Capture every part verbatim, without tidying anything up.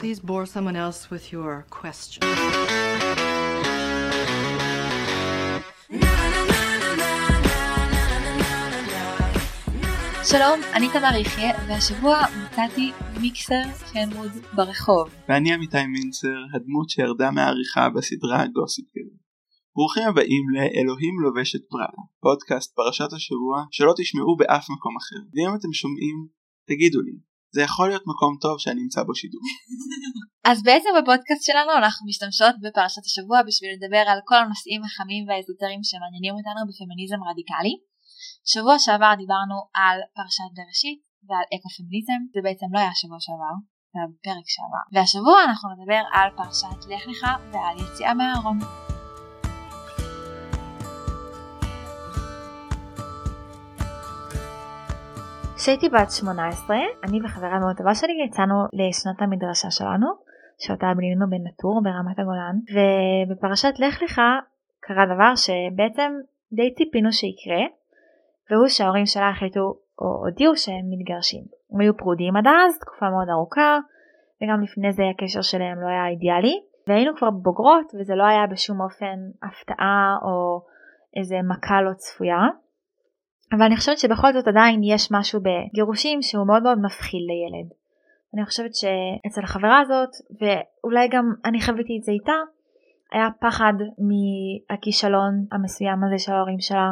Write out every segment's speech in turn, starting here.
Please bore someone else with your question. שלום, אני תמר יחיה, והשבוע מצאתי מיקסר חמוד ברחוב. ואני אמיתי מינצר, הדמות שירדה מהעריכה בסדרה גוסיפ גרל. ברוכים הבאים לאלוהים לובש את פראדה, פודקאסט פרשת השבוע שלא תשמעו באף מקום אחר. ואם אתם שומעים, תגידו לי, זה יכול להיות מקום טוב שאני אמצא בו שידור. אז בעצם בפודקאסט שלנו אנחנו משתמשות בפרשת השבוע בשביל לדבר על כל הנושאים החמים והאזוטריים שמעניינים אותנו בפמיניזם רדיקלי. שבוע שעבר דיברנו על פרשת בראשית ועל אקו-פמיניזם, זה בעצם לא היה שבוע שעבר, זה היה בפרק שעבר. והשבוע אנחנו נדבר על פרשת לך לך ועל יציאה מהארון. כשהייתי בת שמונה עשרה, אני וחברה מאוד טובה שלי יצאנו לשנת המדרשה שלנו, שאותה בנינו בנטור ברמת הגולן, ובפרשת לך לך קרה דבר שבעצם די ציפינו שיקרה, והוא שההורים שלה החליטו או הודיעו שהם מתגרשים. הם היו פרודים עד אז, תקופה מאוד ארוכה, וגם לפני זה הקשר שלהם לא היה אידיאלי, והיינו כבר בוגרות וזה לא היה בשום אופן הפתעה או איזה מכה לא צפויה. אבל אני חושבת שבכל זאת עדיין יש משהו בגירושים שהוא מאוד מאוד מפחיד לילד. אני חושבת שאצל החברה הזאת, ואולי גם אני חוויתי את זה איתה, היה פחד מהכישלון המסוים הזה של ההורים שלה,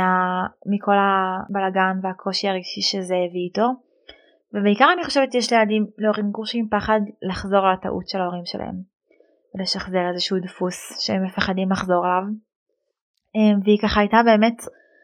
ומכל הבלגן והקושי הרגשי שזה הביא איתו. ובעיקר אני חושבת שיש לילדים, להורים גרושים פחד לחזור על הטעות של ההורים שלהם, ולשחזר איזשהו דפוס שהם מפחדים לחזור עליו. והיא ככה הייתה באמת,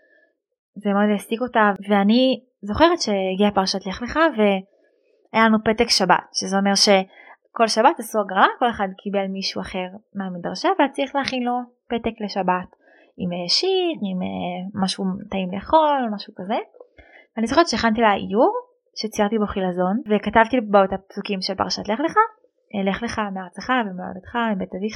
זה מאוד העסיק אותה, ואני זוכרת שהגיעה פרשת לך לך, והיה לנו פתק שבת, שזה אומר ש... כל שבת עשו הגרלה, כל אחד קיבל מישהו אחר מהמדרשה, והצליח להכין לו פתק לשבת, עם שיר, עם משהו טעים לאכול, משהו כזה. ואני זוכרת שהכנתי לה איור, שציירתי בו חילזון, וכתבתי בו את הפסוקים של פרשת לך לך, לך לך מארצך וממולדתך, מבית אביך,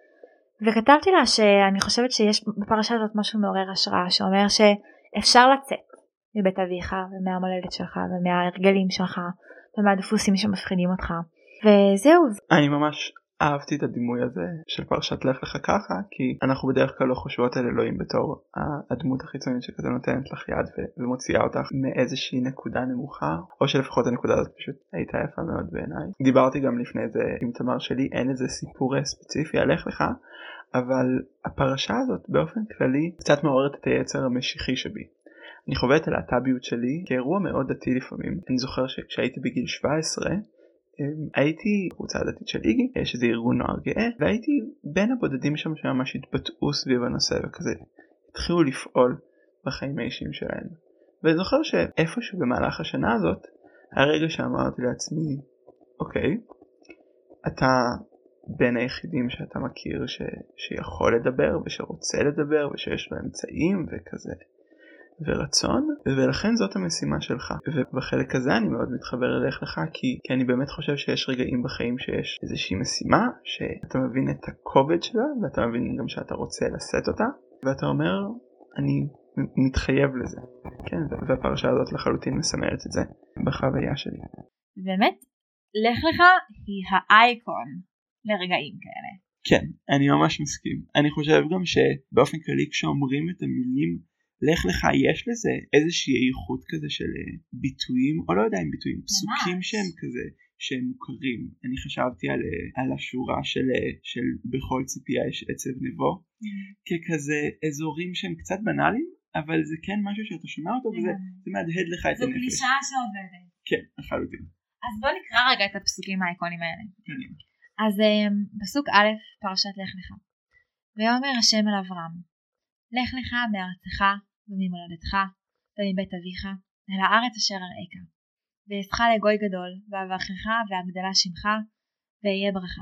וכתבתי לה שאני חושבת שיש בפרשה הזאת משהו מעורר השראה, שאומר שאפשר לצאת מבית אביך, ומהמולדת שלך, ומההרגלים שלך, ומהדפוסים שמפחידים אותך. וזהו. אני ממש אהבתי את הדימוי הזה של פרשת לך לך ככה, כי אנחנו בדרך כלל לא חושבות על אלוהים בתור הדמות החיצונית שכזה נותנת לך יד ומוציאה אותך מאיזושהי נקודה נמוכה, או שלפחות הנקודה הזאת פשוט הייתה יפה מאוד בעיניי. דיברתי גם לפני זה עם תמר שלי, אין איזה סיפור ספציפי על לך לך, אבל הפרשה הזאת באופן כללי קצת מעוררת את היצר המשיחי שבי. אני חווה את הלהט"ביות שלי כאירוע מאוד דתי לפעמים. אני זוכר שכשהייתי בגיל שבע עשרה הייתי קבוצה הדתית של איגי, שזה ארגון נוער גאה, והייתי בין הבודדים שם שממש התבטאו סביב הנושא וכזה התחילו לפעול בחיים האישיים שלהם. ואני זוכר שאיפשהו במהלך השנה הזאת הרגע שאמרתי לעצמי, אוקיי, אתה בין היחידים שאתה מכיר ש... שיכול לדבר ושרוצה לדבר ושיש לו אמצעים וכזה ורצון, ולכן זאת המשימה שלך. ובחלק הזה אני מאוד מתחבר אליך לך, כי, כי אני באמת חושב שיש רגעים בחיים שיש איזושהי משימה שאתה מבין את הכובד שלה, ואתה מבין גם שאתה רוצה לשאת אותה, ואתה אומר, אני מתחייב לזה. כן, והפרשה הזאת לחלוטין מסמלת את זה בחוויה שלי. באמת, לך לך היא האייקון לרגעים כאלה. כן, אני ממש מסכים. אני חושב גם שבאופן כללי כשאומרים את המילים לך לך, יש לזה איזושהי איכות כזה של ביטויים, או לא יודע אם ביטויים, פסוקים שהם כזה, שהם מוכרים. אני חשבתי על, על השורה של, של בכל ציפייה יש עצב נבו, ככזה אזורים שהם קצת בנאליים, אבל זה כן משהו שאתה שומע אותו, וזה זה מהדהד לך את הנפש. זו קלישה שעובדת. כן, לחלוטין. אז בוא נקרא רגע את הפסוקים האיקונים האלה. כן. אז פסוק א', פרשת לך לך. ויאמר השם אל אברהם, לך לך מארצך וממולדתך ומבית אביך אל הארץ אשר אראך, ואעשך לגוי גדול, ואברכך והגדלה שמך, ואהיה ברכה.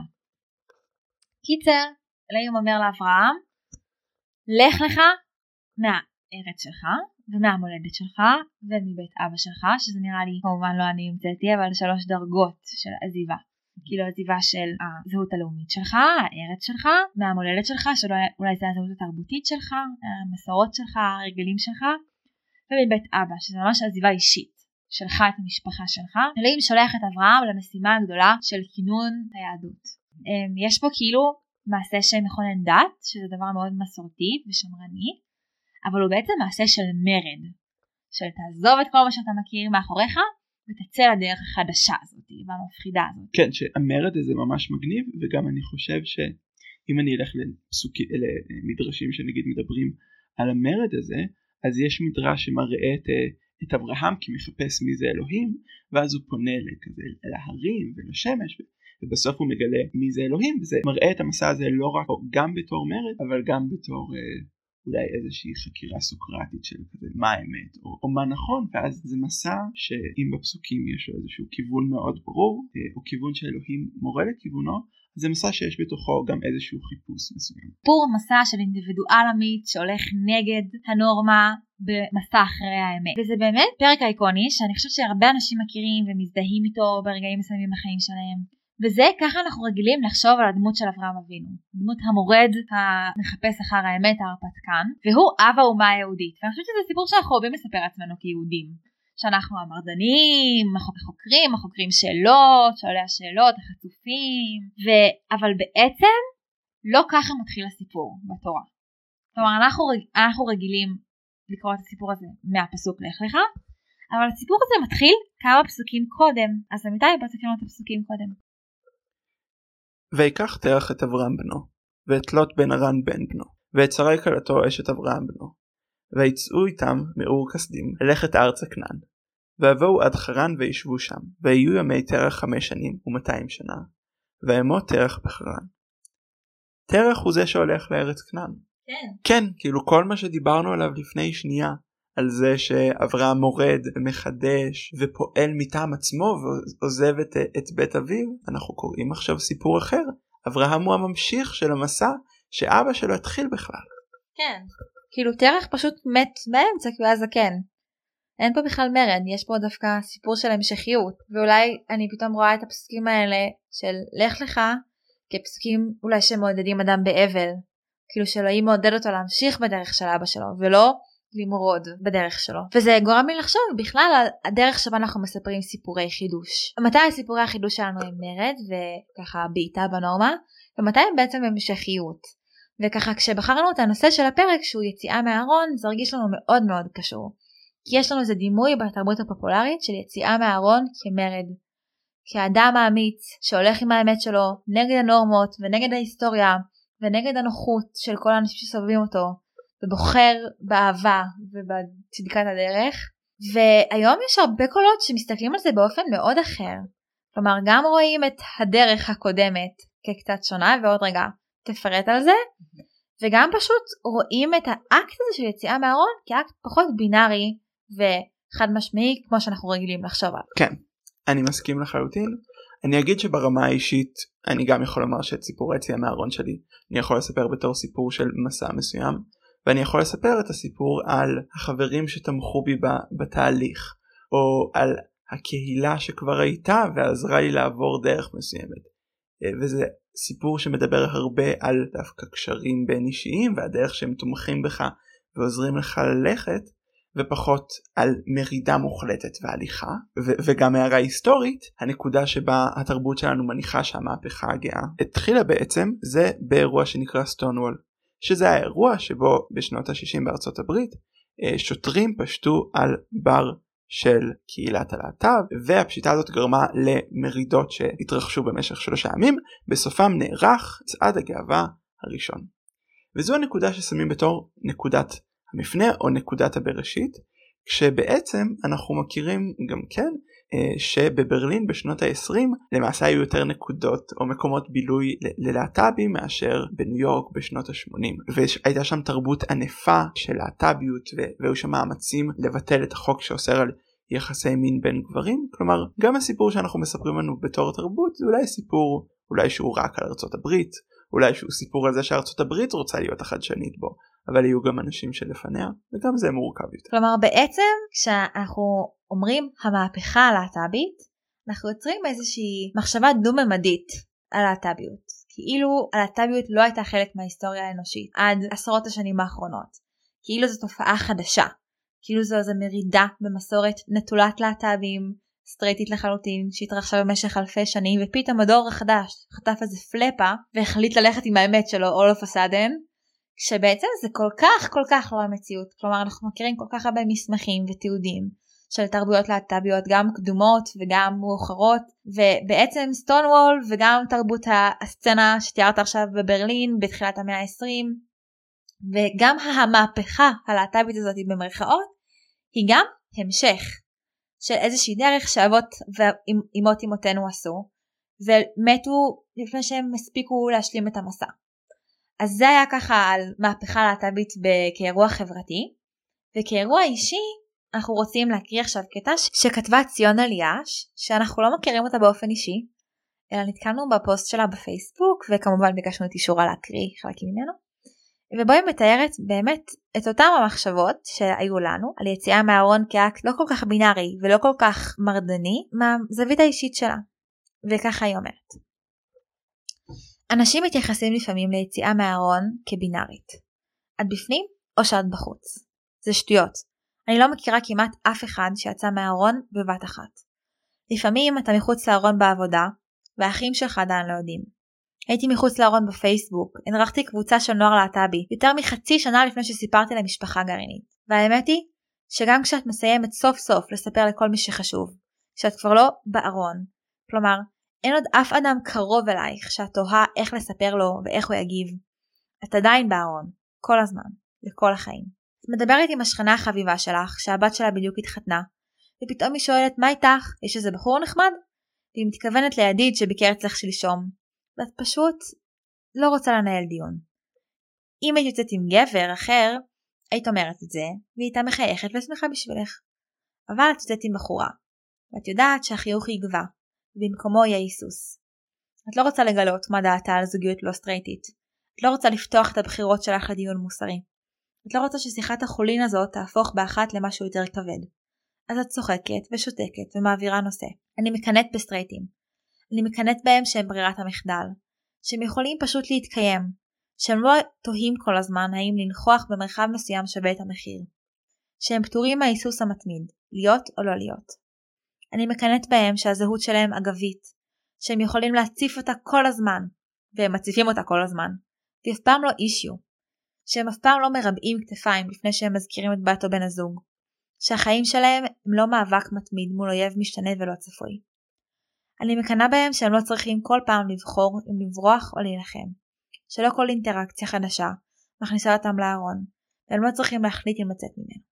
קיצר, אלוהים אומר לאברהם, לך לך מהארץ שלך ומהמולדת שלך ומבית אבא שלך, שזה נראה לי כמובן לא אני המצאתי, אבל שלוש דרגות של עזיבה. כאילו עזיבה של הזהות הלאומית שלך, הארץ שלך, מהמולדת שלך, שאולי זה הזהות התרבותית שלך, המסורות שלך, הרגלים שלך, ומבית אבא, שזה ממש עזיבה אישית. שלך, את המשפחה שלך. אלוהים שולח את אברהם למשימה הגדולה של כינון היהדות. יש פה כאילו מעשה שמכונן דת, שזה דבר מאוד מסורתי ושמרני, אבל הוא בעצם מעשה של מרד, של תעזוב את כל מה שאתה מכיר מאחוריך, ותצא לדרך החדשה הזאת, והמפחידה הזאת. כן, שהמרד הזה ממש מגניב, וגם אני חושב שאם אני אלך לפסוקי, למדרשים שנגיד מדברים על המרד הזה, אז יש מדרש שמראה את, את אברהם כמחפש מי זה אלוהים, ואז הוא פונה לכזה, אל ההרים ולשמש, ובסוף הוא מגלה מי זה אלוהים, וזה מראה את המסע הזה לא רק גם בתור מרד, אבל גם בתור אה, אולי איזושהי חקירה סוקרטית של כזה, מה האמת, או, או מה נכון, ואז זה מסע שאם בפסוקים יש לו איזשהו כיוון מאוד ברור, אה, או כיוון שאלוהים מורה לכיוונו, זה מסע שיש בתוכו גם איזשהו חיפוש מסוים. פור מסע של אינדיבידואל אמיץ שהולך נגד הנורמה במסע אחרי האמת. וזה באמת פרק אייקוני שאני חושבת שהרבה אנשים מכירים ומזדהים איתו ברגעים מסוימים בחיים שלהם. וזה ככה אנחנו רגילים לחשוב על הדמות של אברהם אבינו. דמות המורד המחפש אחר האמת, ההרפתקן. והוא אב האומה היהודית. ואני חושבת שזה סיפור שאנחנו אוהבים לספר עצמנו כיהודים. שאנחנו המרדנים, החוקרים, החוקרים שאלות, שואלי השאלות, החצופים, ו... אבל בעצם לא ככה מתחיל הסיפור בתורה. כלומר, אנחנו, אנחנו רגילים לקרוא את הסיפור הזה מהפסוק לך לך, אבל הסיפור הזה מתחיל כמה פסוקים קודם, אז אמיתי בוא תקראו את הפסוקים קודם. ויקח תרח את אברהם בנו, ואת לוט בן הרן בן בנו, ואת שרי כלתו אשת אברהם בנו, ויצאו איתם מאור כסדים ללכת ארצה כנען, ויבואו עד חרן וישבו שם, ויהיו ימי תרח חמש שנים ומאתיים שנה, וימות תרח בחרן. תרח הוא זה שהולך לארץ כנען. כן. כן, כאילו כל מה שדיברנו עליו לפני שנייה, על זה שאברהם מורד ומחדש ופועל מטעם עצמו ועוזב את, את בית אביו, אנחנו קוראים עכשיו סיפור אחר. אברהם הוא הממשיך של המסע שאבא שלו התחיל בכלל. כן. כאילו תרח פשוט מת באמצע כי הוא היה זקן. אין פה בכלל מרד, יש פה דווקא סיפור של המשכיות. ואולי אני פתאום רואה את הפסוקים האלה של לך לך כפסוקים אולי שמעודדים אדם באבל. כאילו שאלוהים מעודד אותו להמשיך בדרך של אבא שלו ולא למרוד בדרך שלו. וזה גורם לי לחשוב בכלל על הדרך שבה אנחנו מספרים סיפורי חידוש. מתי סיפורי החידוש שלנו הם מרד וככה בעיטה בנורמה, ומתי הם בעצם המשכיות. וככה כשבחרנו את הנושא של הפרק שהוא יציאה מהארון, זה הרגיש לנו מאוד מאוד קשור. כי יש לנו איזה דימוי בתרבות הפופולרית של יציאה מהארון כמרד. כאדם האמיץ שהולך עם האמת שלו נגד הנורמות ונגד ההיסטוריה ונגד הנוחות של כל האנשים שסובבים אותו. ובוחר באהבה ובצדקת הדרך. והיום יש הרבה קולות שמסתכלים על זה באופן מאוד אחר. כלומר, גם רואים את הדרך הקודמת כקצת שונה, ועוד רגע תפרט על זה, וגם פשוט רואים את האקט הזה של יציאה מהארון כאקט פחות בינארי וחד משמעי, כמו שאנחנו רגילים לחשוב עליו. כן, אני מסכים לחלוטין. אני אגיד שברמה האישית, אני גם יכול לומר שאת סיפור היציאה מהארון שלי, אני יכול לספר בתור סיפור של מסע מסוים, ואני יכול לספר את הסיפור על החברים שתמכו בי בתהליך, או על הקהילה שכבר הייתה ועזרה לי לעבור דרך מסוימת. וזה סיפור שמדבר הרבה על דווקא קשרים בין אישיים, והדרך שהם תומכים בך ועוזרים לך ללכת, ופחות על מרידה מוחלטת והליכה. ו- וגם הערה היסטורית, הנקודה שבה התרבות שלנו מניחה שהמהפכה הגאה התחילה בעצם, זה באירוע שנקרא סטונוול. שזה האירוע שבו בשנות ה-שישים בארצות הברית שוטרים פשטו על בר של קהילת הלהט"ב, והפשיטה הזאת גרמה למרידות שהתרחשו במשך שלושה ימים, בסופם נערך צעד הגאווה הראשון. וזו הנקודה ששמים בתור נקודת המפנה או נקודת הבראשית, כשבעצם אנחנו מכירים גם כן שבברלין בשנות ה-עשרים למעשה היו יותר נקודות או מקומות בילוי ללהט"בים מאשר בניו יורק בשנות ה-שמונים, והייתה שם תרבות ענפה של להט"ביות והיו שם מאמצים לבטל את החוק שאוסר על יחסי מין בין גברים. כלומר, גם הסיפור שאנחנו מספרים לנו בתור תרבות זה אולי סיפור אולי שהוא רק על ארצות הברית, אולי שהוא סיפור על זה שארצות הברית רוצה להיות החדשנית בו, אבל היו גם אנשים שלפניה, וגם זה מורכב יותר. כלומר, בעצם כשאנחנו אומרים המהפכה הלהט"בית, אנחנו יוצרים איזושהי מחשבה דו-ממדית על להט"ביות. כאילו הלהט"ביות לא הייתה חלק מההיסטוריה האנושית עד עשרות השנים האחרונות. כאילו זו תופעה חדשה. כאילו זו איזו מרידה במסורת נטולת להט"בים, סטרייטית לחלוטין, שהתרחשה במשך אלפי שנים, ופתאום הדור החדש חטף איזה פלפה, והחליט ללכת עם האמת שלו, all of a sudden, כשבעצם זה כל כך כל כך לא המציאות. כלומר, אנחנו מכירים כל כך הרבה מסמכים ותיעודים של תרבויות להט"ביות, גם קדומות וגם מאוחרות, ובעצם סטונוול וגם תרבות הסצנה שתיארת עכשיו בברלין בתחילת המאה ה-עשרים, וגם המהפכה הלהט"בית הזאת במרכאות, היא גם המשך של איזושהי דרך שאבות ואימות אימותינו עשו, ומתו לפני שהם הספיקו להשלים את המסע. אז זה היה ככה על מהפכה להט"בית כאירוע חברתי, וכאירוע אישי אנחנו רוצים להקריא עכשיו קטע שכתבה ציון אליאש, שאנחנו לא מכירים אותה באופן אישי, אלא נתקלנו בפוסט שלה בפייסבוק, וכמובן ביקשנו את אישורה להקריא חלקים ממנו, ובו היא מתארת באמת את אותם המחשבות שהיו לנו, על יציאה מהארון כאקט לא כל כך בינארי ולא כל כך מרדני, מהזווית האישית שלה. וככה היא אומרת. אנשים מתייחסים לפעמים ליציאה מהארון כבינארית. את בפנים או שאת בחוץ. זה שטויות. אני לא מכירה כמעט אף אחד שיצא מהארון בבת אחת. לפעמים אתה מחוץ לארון בעבודה, והאחים שלך עדיין לא יודעים. הייתי מחוץ לארון בפייסבוק, הנרחתי קבוצה של נוער להט"בי, יותר מחצי שנה לפני שסיפרתי למשפחה גרעינית. והאמת היא, שגם כשאת מסיימת סוף סוף לספר לכל מי שחשוב, שאת כבר לא בארון, כלומר, אין עוד אף אדם קרוב אלייך שאת תוהה איך לספר לו ואיך הוא יגיב, את עדיין בארון, כל הזמן, לכל החיים. את מדברת עם השכנה החביבה שלך, שהבת שלה בדיוק התחתנה, ופתאום היא שואלת מה איתך, יש איזה בחור נחמד? והיא מתכוונת לידיד שביקר אצלך שלשום, ואת פשוט לא רוצה לנהל דיון. אם היית יוצאת עם גבר אחר, היית אומרת את זה, והיא הייתה מחייכת ושמחה בשבילך. אבל את יוצאת עם בחורה, ואת יודעת שהחיוך יגבה, ובמקומו יהיה היסוס. את לא רוצה לגלות מה דעתה על זוגיות לא סטרייטית. את לא רוצה לפתוח את הבחירות שלך לדיון מוסרי. את לא רוצה ששיחת החולין הזאת תהפוך באחת למשהו יותר כבד. אז את צוחקת ושותקת ומעבירה נושא. אני מקנאת בסטרייטים. אני מקנאת בהם שהם ברירת המחדל. שהם יכולים פשוט להתקיים. שהם לא תוהים כל הזמן האם לנכוח במרחב מסוים שווה את המחיר. שהם פטורים מההיסוס המתמיד, להיות או לא להיות. אני מקנאת בהם שהזהות שלהם אגבית, שהם יכולים להציף אותה כל הזמן, והם מציפים אותה כל הזמן, ואף פעם לא אישיו, שהם אף פעם לא מרבעים כתפיים לפני שהם מזכירים את בת או בן הזוג, שהחיים שלהם הם לא מאבק מתמיד מול אויב משתנה ולא צפוי. אני מקנאה בהם שהם לא צריכים כל פעם לבחור אם לברוח או להילחם, שלא כל אינטראקציה חדשה מכניסה אותם לארון, והם לא צריכים להחליט אם לצאת ממנו.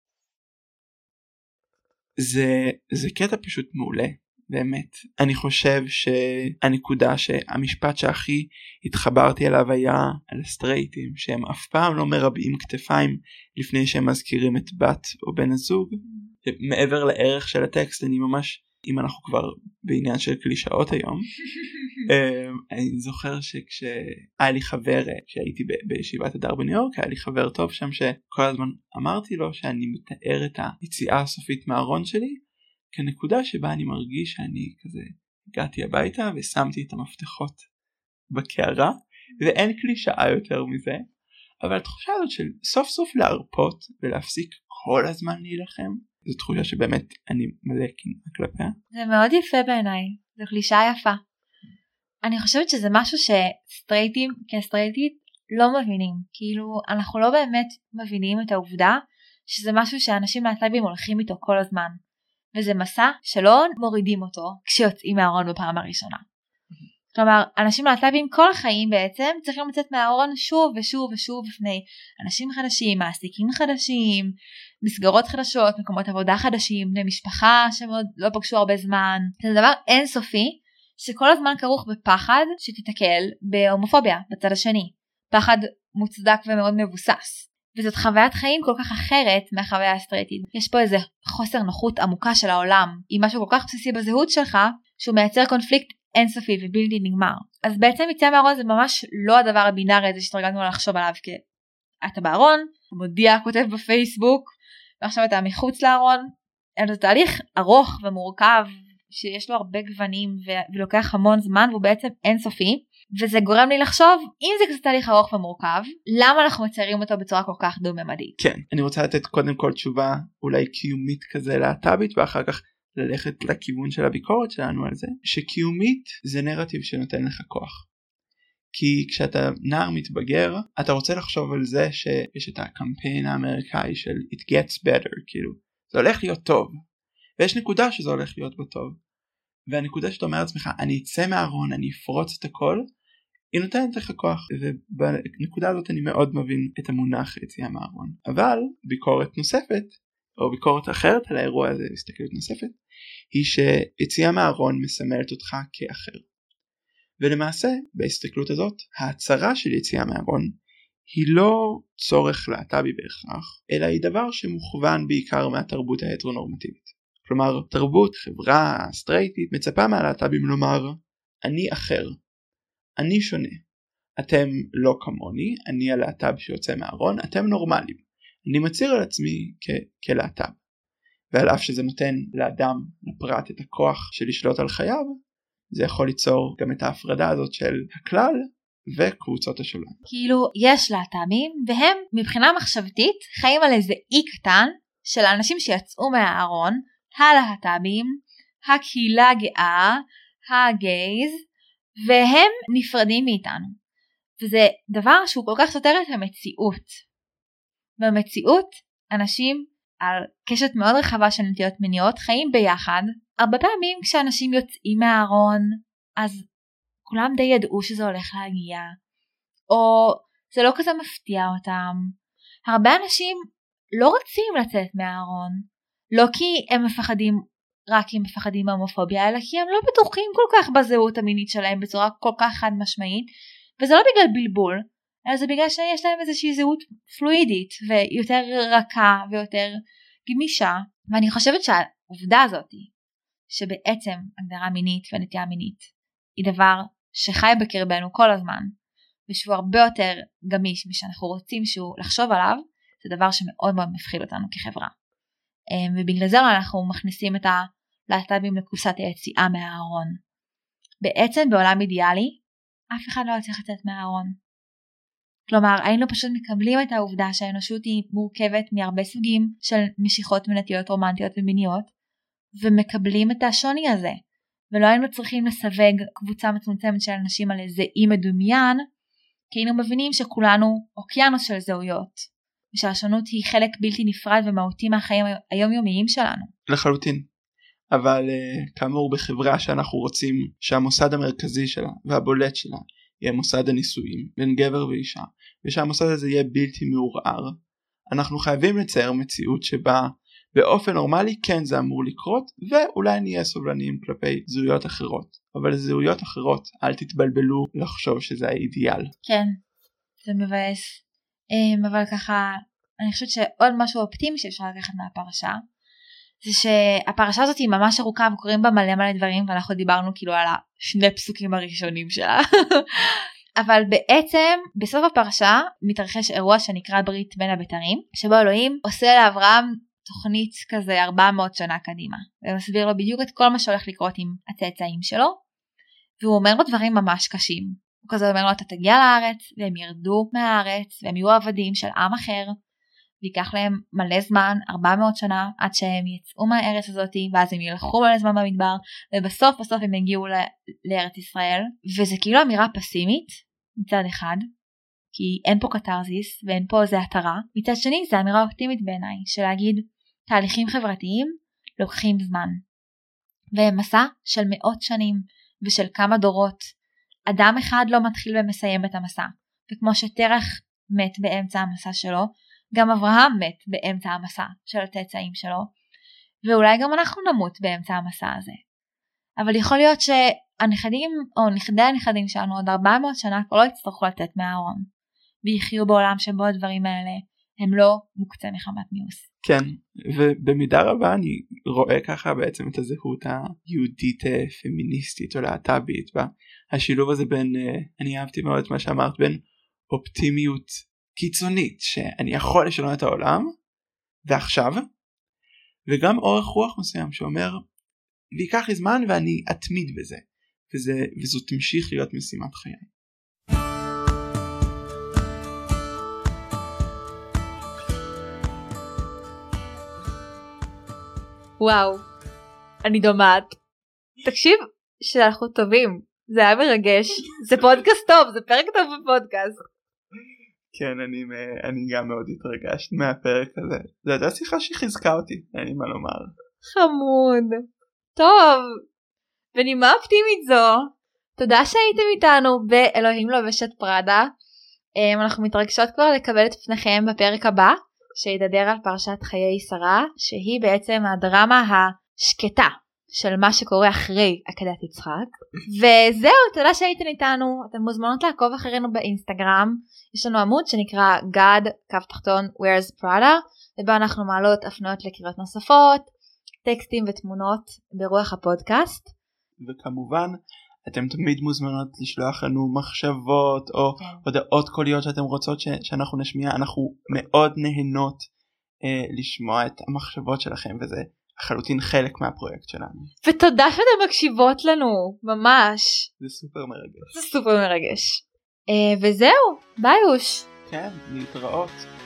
זה, זה קטע פשוט מעולה, באמת. אני חושב שהנקודה שהמשפט שהכי התחברתי אליו היה על הסטרייטים, שהם אף פעם לא מרבעים כתפיים לפני שהם מזכירים את בת או בן הזוג. מעבר לערך של הטקסט, אני ממש, אם אנחנו כבר בעניין של קלישאות היום, אני זוכר שכשהיה לי חבר, כשהייתי בישיבת הדר בניו יורק, היה לי חבר טוב שם שכל הזמן אמרתי לו שאני מתאר את היציאה הסופית מהארון שלי כנקודה שבה אני מרגיש שאני כזה הגעתי הביתה ושמתי את המפתחות בקערה, ואין קלישאה יותר מזה. אבל התחושה הזאת של סוף סוף להרפות ולהפסיק כל הזמן להילחם, זו תחושה שבאמת אני מלא קנאה כלפיה. זה מאוד יפה בעיניי, זו קלישאה יפה. אני חושבת שזה משהו שסטרייטים כסטרייטית לא מבינים. כאילו אנחנו לא באמת מבינים את העובדה שזה משהו שאנשים להט"בים הולכים איתו כל הזמן. וזה מסע שלא מורידים אותו כשיוצאים מהארון בפעם הראשונה. כלומר, אנשים להט"בים כל החיים בעצם צריכים לצאת מהארון שוב ושוב ושוב בפני אנשים חדשים, מעסיקים חדשים, מסגרות חדשות, מקומות עבודה חדשים, בני משפחה שמאוד לא פגשו הרבה זמן. זה דבר אינסופי שכל הזמן כרוך בפחד שתתקל בהומופוביה בצד השני. פחד מוצדק ומאוד מבוסס. וזאת חוויית חיים כל כך אחרת מהחוויה הסטרייטית. יש פה איזה חוסר נוחות עמוקה של העולם, עם משהו כל כך בסיסי בזהות שלך, שהוא מייצר קונפליקט אינסופי ובלתי נגמר. אז בעצם יציאה מהארון זה ממש לא הדבר הבינארי הזה שתרגלנו לחשוב עליו כאתה בארון, המודיע כותב בפייסבוק, ועכשיו אתה מחוץ לארון. זה תהליך ארוך ומורכב, שיש לו הרבה גוונים ולוקח המון זמן, והוא בעצם אינסופי. וזה גורם לי לחשוב, אם זה קצת תהליך ארוך ומורכב, למה אנחנו מציירים אותו בצורה כל כך דו-ממדית? כן, אני רוצה לתת קודם כל תשובה אולי קיומית כזה להט"בית, ואחר כך ללכת לכיוון של הביקורת שלנו על זה, שקיומית זה נרטיב שנותן לך כוח. כי כשאתה נער מתבגר, אתה רוצה לחשוב על זה שיש את הקמפיין האמריקאי של it gets better, כאילו, זה הולך להיות טוב. ויש נקודה שזה הולך להיות בטוב. והנקודה שאתה אומר לעצמך, אני אצא מהארון, אני אפרוץ את הכל, היא נותנת לך כוח. ובנקודה הזאת אני מאוד מבין את המונח יציאה מהארון. אבל ביקורת נוספת, או ביקורת אחרת על האירוע הזה, הסתכלות נוספת, היא שיציאה מהארון מסמלת אותך כאחר. ולמעשה, בהסתכלות הזאת, ההצהרה של יציאה מהארון היא לא צורך להט"בי בהכרח, אלא היא דבר שמוכוון בעיקר מהתרבות ההטרונורמטיבית. כלומר, תרבות, חברה, סטרייטית, מצפה מהלהט"בים לומר, אני אחר, אני שונה. אתם לא כמוני, אני הלהט"ב שיוצא מהארון, אתם נורמליים. אני מצהיר על עצמי כ- כלהט"ב. ועל אף שזה נותן לאדם, לפרט, את הכוח של לשלוט על חייו, זה יכול ליצור גם את ההפרדה הזאת של הכלל וקבוצות השוליים. כאילו, יש להט"בים, והם מבחינה מחשבתית חיים על איזה אי קטן של האנשים שיצאו מהארון, הלהט"בים, הקהילה הגאה, הגייז, והם נפרדים מאיתנו. וזה דבר שהוא כל כך סותר את המציאות. במציאות, אנשים על קשת מאוד רחבה של נטיות מיניות חיים ביחד. הרבה פעמים כשאנשים יוצאים מהארון, אז כולם די ידעו שזה הולך להגיע, או זה לא כזה מפתיע אותם. הרבה אנשים לא רוצים לצאת מהארון, לא כי הם מפחדים, רק כי הם מפחדים מהומופוביה, אלא כי הם לא בטוחים כל כך בזהות המינית שלהם בצורה כל כך חד משמעית, וזה לא בגלל בלבול, אלא זה בגלל שיש להם איזושהי זהות פלואידית, ויותר רכה ויותר גמישה. ואני חושבת שהעובדה הזאת, שבעצם הגדרה מינית ונטייה מינית, היא דבר שחי בקרבנו כל הזמן, ושהוא הרבה יותר גמיש משאנחנו רוצים שהוא לחשוב עליו, זה דבר שמאוד מאוד מפחיד אותנו כחברה. ובגלל זה אנחנו מכניסים את הלהט"בים לקופסת היציאה מהארון. בעצם בעולם אידיאלי, אף אחד לא צריך לצאת מהארון. כלומר, היינו פשוט מקבלים את העובדה שהאנושות היא מורכבת מהרבה סוגים של משיכות ונטיות רומנטיות ומיניות, ומקבלים את השוני הזה. ולא היינו צריכים לסווג קבוצה מצומצמת של אנשים על איזה אי מדומיין, כי היינו מבינים שכולנו אוקיינוס של זהויות, ושהשונות היא חלק בלתי נפרד ומהותי מהחיים היומיומיים שלנו. לחלוטין. אבל כאמור בחברה שאנחנו רוצים שהמוסד המרכזי שלה והבולט שלה יהיה מוסד הנישואים בין גבר ואישה, ושהמוסד הזה יהיה בלתי מעורער, אנחנו חייבים לצייר מציאות שבה באופן נורמלי כן זה אמור לקרות, ואולי נהיה סובלניים כלפי זהויות אחרות. אבל זהויות אחרות, אל תתבלבלו לחשוב שזה האידיאל. כן, זה מבאס. אבל ככה, אני חושבת שעוד משהו אופטימי שאפשר לקחת מהפרשה, זה שהפרשה הזאת היא ממש ארוכה וקוראים בה מלא מלא דברים, ואנחנו דיברנו כאילו על השני פסוקים הראשונים שלה. אבל בעצם בסוף הפרשה מתרחש אירוע שנקרא ברית בין הבתרים, שבו אלוהים עושה לאברהם תוכנית כזה ארבע מאות שנה קדימה, ומסביר לו בדיוק את כל מה שהולך לקרות עם הצאצאים שלו, והוא אומר לו דברים ממש קשים. הוא כזה אומר לו, אתה תגיע לארץ, והם ירדו מהארץ, והם יהיו עבדים של עם אחר, ויקח להם מלא זמן, ארבע מאות שנה, עד שהם יצאו מהארץ הזאת, ואז הם ילכו מלא זמן במדבר, ובסוף בסוף הם יגיעו לארץ ישראל, וזה כאילו אמירה פסימית, מצד אחד, כי אין פה קטרזיס, ואין פה איזה התרה. מצד שני, זה אמירה אופטימית בעיניי, של להגיד, תהליכים חברתיים לוקחים זמן. והם מסע של מאות שנים, ושל כמה דורות. אדם אחד לא מתחיל ומסיים את המסע. וכמו שתרח מת באמצע המסע שלו, גם אברהם מת באמצע המסע של הצאצאים שלו, ואולי גם אנחנו נמות באמצע המסע הזה. אבל יכול להיות שהנכדים או נכדי הנכדים שלנו עוד ארבע מאות שנה כבר לא יצטרכו לתת מהארון, ויחיו בעולם שבו הדברים האלה הם לא מוקצה מחמת מיאוס. כן, ובמידה רבה אני רואה ככה בעצם את הזהות היהודית פמיניסטית או להט"בית, והשילוב הזה בין, אני אהבתי מאוד את מה שאמרת, בין אופטימיות קיצונית שאני יכול לשנות את העולם ועכשיו, וגם אורך רוח מסוים שאומר ויקח לי זמן ואני אתמיד בזה, וזה, וזו תמשיך להיות משימת חיי. וואו, אני דומעת. תקשיב שאנחנו טובים, זה היה מרגש, זה פודקאסט טוב, זה פרק טוב בפודקאסט. כן, אני, אני גם מאוד התרגשת מהפרק הזה. זו הייתה שיחה שחיזקה אותי, אין לי מה לומר. חמוד. טוב, ונימה אופטימית זו, תודה שהייתם איתנו באלוהים לובשת פרדה. אנחנו מתרגשות כבר לקבל את פניכם בפרק הבא, שידבר על פרשת חיי שרה, שהיא בעצם הדרמה השקטה של מה שקורה אחרי עקדת יצחק. וזהו, תודה שהייתם איתנו. אתן מוזמנות לעקוב אחרינו באינסטגרם. יש לנו עמוד שנקרא God קו תחתון Where's Prada, ובה אנחנו מעלות הפניות לקריאות נוספות, טקסטים ותמונות ברוח הפודקאסט. וכמובן אתם תמיד מוזמנות לשלוח לנו מחשבות או כן. הודעות קוליות שאתם רוצות ש- שאנחנו נשמיע. אנחנו מאוד נהנות אה, לשמוע את המחשבות שלכם, וזה חלוטין חלק מהפרויקט שלנו. ותודה שאתם מקשיבות לנו, ממש. זה סופר מרגש. זה סופר מרגש. אה, וזהו, ביי אוש. כן, להתראות.